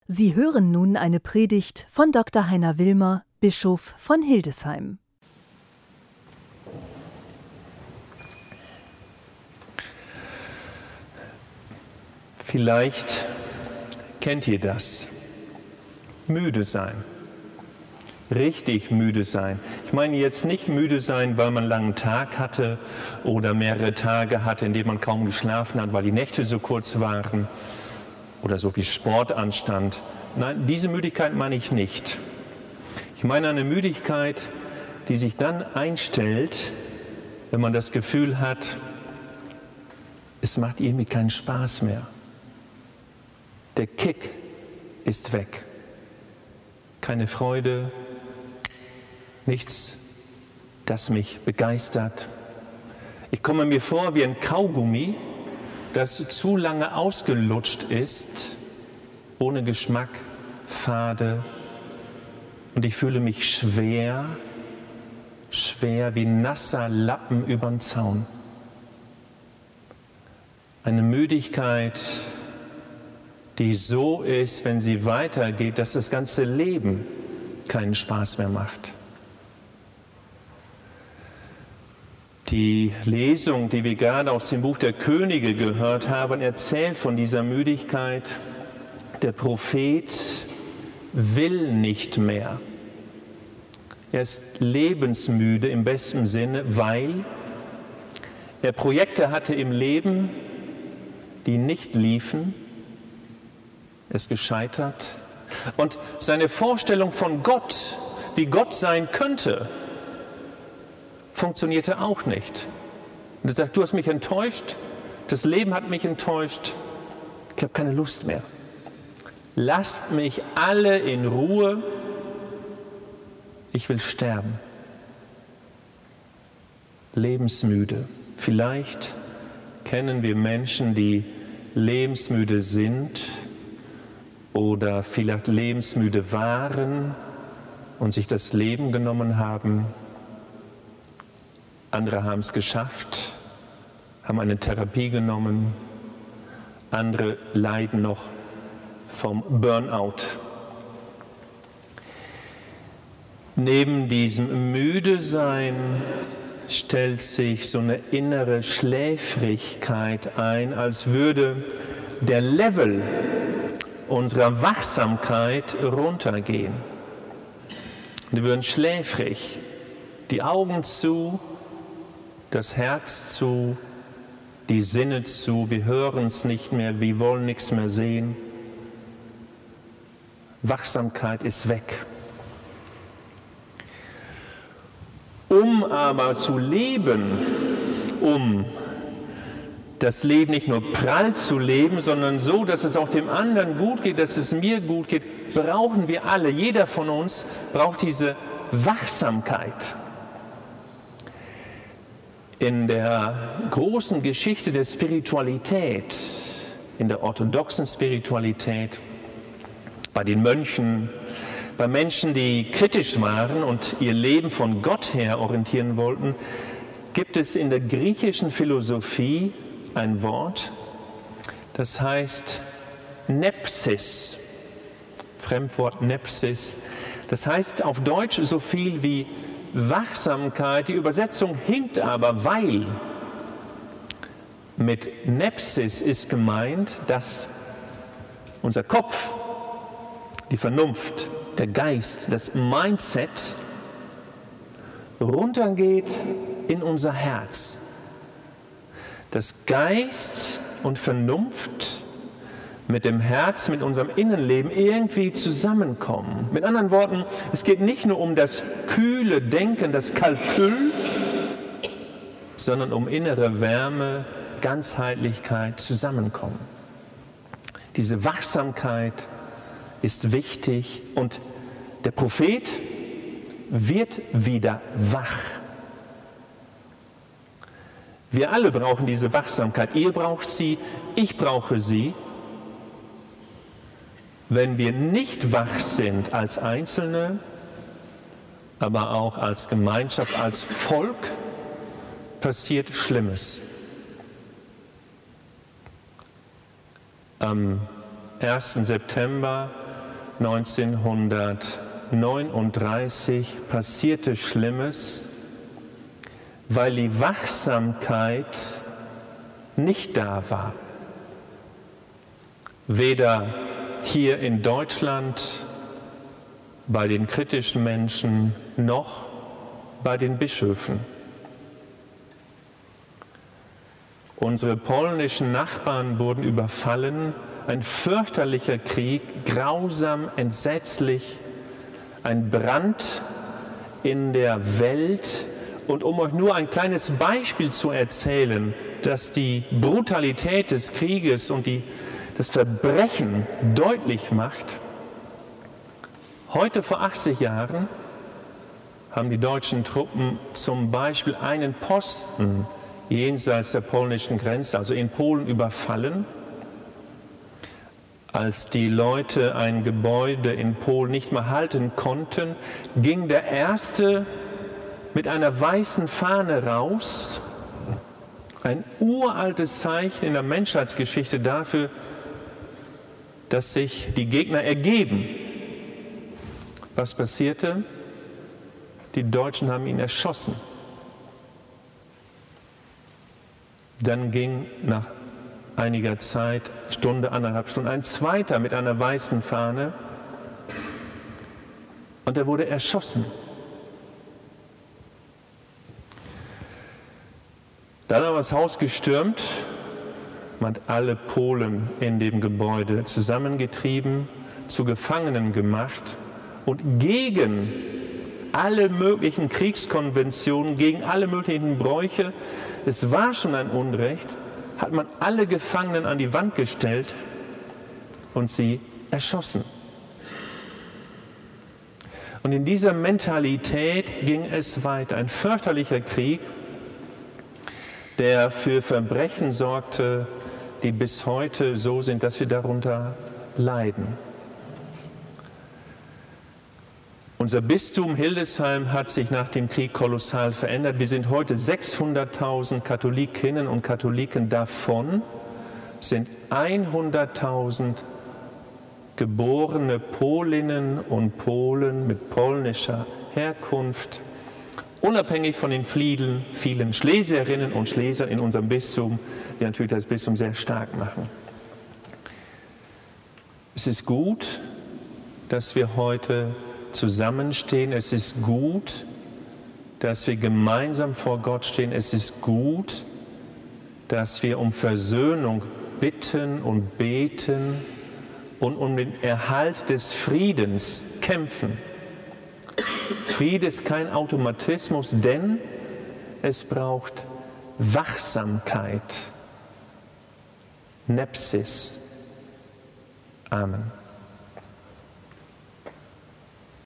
Sie hören nun eine Predigt von Dr. Heiner Wilmer, Bischof von Hildesheim. Vielleicht kennt ihr das. Müde sein. Richtig müde sein. Ich meine jetzt nicht müde sein, weil man einen langen Tag hatte oder mehrere Tage hatte, in denen man kaum geschlafen hat, weil die Nächte so kurz waren oder so viel Sport anstand. Nein, diese Müdigkeit meine ich nicht. Ich meine eine Müdigkeit, die sich dann einstellt, wenn man das Gefühl hat, es macht irgendwie keinen Spaß mehr. Der Kick ist weg. Keine Freude, nichts, das mich begeistert. Ich komme mir vor wie ein Kaugummi, das zu lange ausgelutscht ist, ohne Geschmack, fade. Und ich fühle mich schwer wie nasser Lappen übern Zaun. Eine Müdigkeit, die so ist, wenn sie weitergeht, dass das ganze Leben keinen Spaß mehr macht. Die Lesung, die wir gerade aus dem Buch der Könige gehört haben, erzählt von dieser Müdigkeit. Der Prophet will nicht mehr. Er ist lebensmüde im besten Sinne, weil er Projekte hatte im Leben, die nicht liefen. Er ist gescheitert. Und seine Vorstellung von Gott, wie Gott sein könnte, funktionierte auch nicht. Und er sagt, du hast mich enttäuscht, das Leben hat mich enttäuscht, ich habe keine Lust mehr. Lasst mich alle in Ruhe, ich will sterben. Lebensmüde. Vielleicht kennen wir Menschen, die lebensmüde sind oder vielleicht lebensmüde waren und sich das Leben genommen haben. Andere haben es geschafft, haben eine Therapie genommen. Andere leiden noch vom Burnout. Neben diesem Müdesein stellt sich so eine innere Schläfrigkeit ein, als würde der Level unserer Wachsamkeit runtergehen. Wir würden schläfrig, die Augen zu, das Herz zu, die Sinne zu, wir hören es nicht mehr, wir wollen nichts mehr sehen. Wachsamkeit ist weg. Um aber zu leben, um das Leben nicht nur prall zu leben, sondern so, dass es auch dem anderen gut geht, dass es mir gut geht, brauchen wir alle, jeder von uns braucht diese Wachsamkeit. In der großen Geschichte der Spiritualität, in der orthodoxen Spiritualität, bei den Mönchen, bei Menschen, die kritisch waren und ihr Leben von Gott her orientieren wollten, gibt es in der griechischen Philosophie ein Wort, das heißt Nepsis, Fremdwort Nepsis. Das heißt auf Deutsch so viel wie Wachsamkeit. Die Übersetzung hinkt aber, weil mit Nepsis ist gemeint, dass unser Kopf, die Vernunft, der Geist, das Mindset runtergeht in unser Herz. Dass Geist und Vernunft mit dem Herz, mit unserem Innenleben irgendwie zusammenkommen. Mit anderen Worten, es geht nicht nur um das kühle Denken, das Kalkül, sondern um innere Wärme, Ganzheitlichkeit, Zusammenkommen. Diese Wachsamkeit ist wichtig und der Prophet wird wieder wach. Wir alle brauchen diese Wachsamkeit. Ihr braucht sie, ich brauche sie. Wenn wir nicht wach sind als Einzelne, aber auch als Gemeinschaft, als Volk, passiert Schlimmes. Am 1. September 1939 passierte Schlimmes, weil die Wachsamkeit nicht da war. Weder hier in Deutschland bei den kritischen Menschen noch bei den Bischöfen. Unsere polnischen Nachbarn wurden überfallen, ein fürchterlicher Krieg, grausam, entsetzlich, ein Brand in der Welt. Und um euch nur ein kleines Beispiel zu erzählen, dass die Brutalität des Krieges und das Verbrechen deutlich macht, heute vor 80 Jahren haben die deutschen Truppen zum Beispiel einen Posten jenseits der polnischen Grenze, also in Polen, überfallen. Als die Leute ein Gebäude in Polen nicht mehr halten konnten, ging der Erste mit einer weißen Fahne raus, ein uraltes Zeichen in der Menschheitsgeschichte dafür, dass sich die Gegner ergeben. Was passierte? Die Deutschen haben ihn erschossen. Dann ging nach einiger Zeit, Stunde, anderthalb Stunden, ein zweiter mit einer weißen Fahne und er wurde erschossen. Dann haben wir das Haus gestürmt, man hat alle Polen in dem Gebäude zusammengetrieben, zu Gefangenen gemacht und gegen alle möglichen Kriegskonventionen, gegen alle möglichen Bräuche, es war schon ein Unrecht, hat man alle Gefangenen an die Wand gestellt und sie erschossen. Und in dieser Mentalität ging es weiter. Ein fürchterlicher Krieg, der für Verbrechen sorgte, die bis heute so sind, dass wir darunter leiden. Unser Bistum Hildesheim hat sich nach dem Krieg kolossal verändert. Wir sind heute 600.000 Katholikinnen und Katholiken. Davon sind 100.000 geborene Polinnen und Polen mit polnischer Herkunft, unabhängig von den vielen Schlesierinnen und Schlesern in unserem Bistum, die natürlich das Bistum sehr stark machen. Es ist gut, dass wir heute zusammenstehen. Es ist gut, dass wir gemeinsam vor Gott stehen. Es ist gut, dass wir um Versöhnung bitten und beten und um den Erhalt des Friedens kämpfen. Friede ist kein Automatismus, denn es braucht Wachsamkeit, Nepsis. Amen.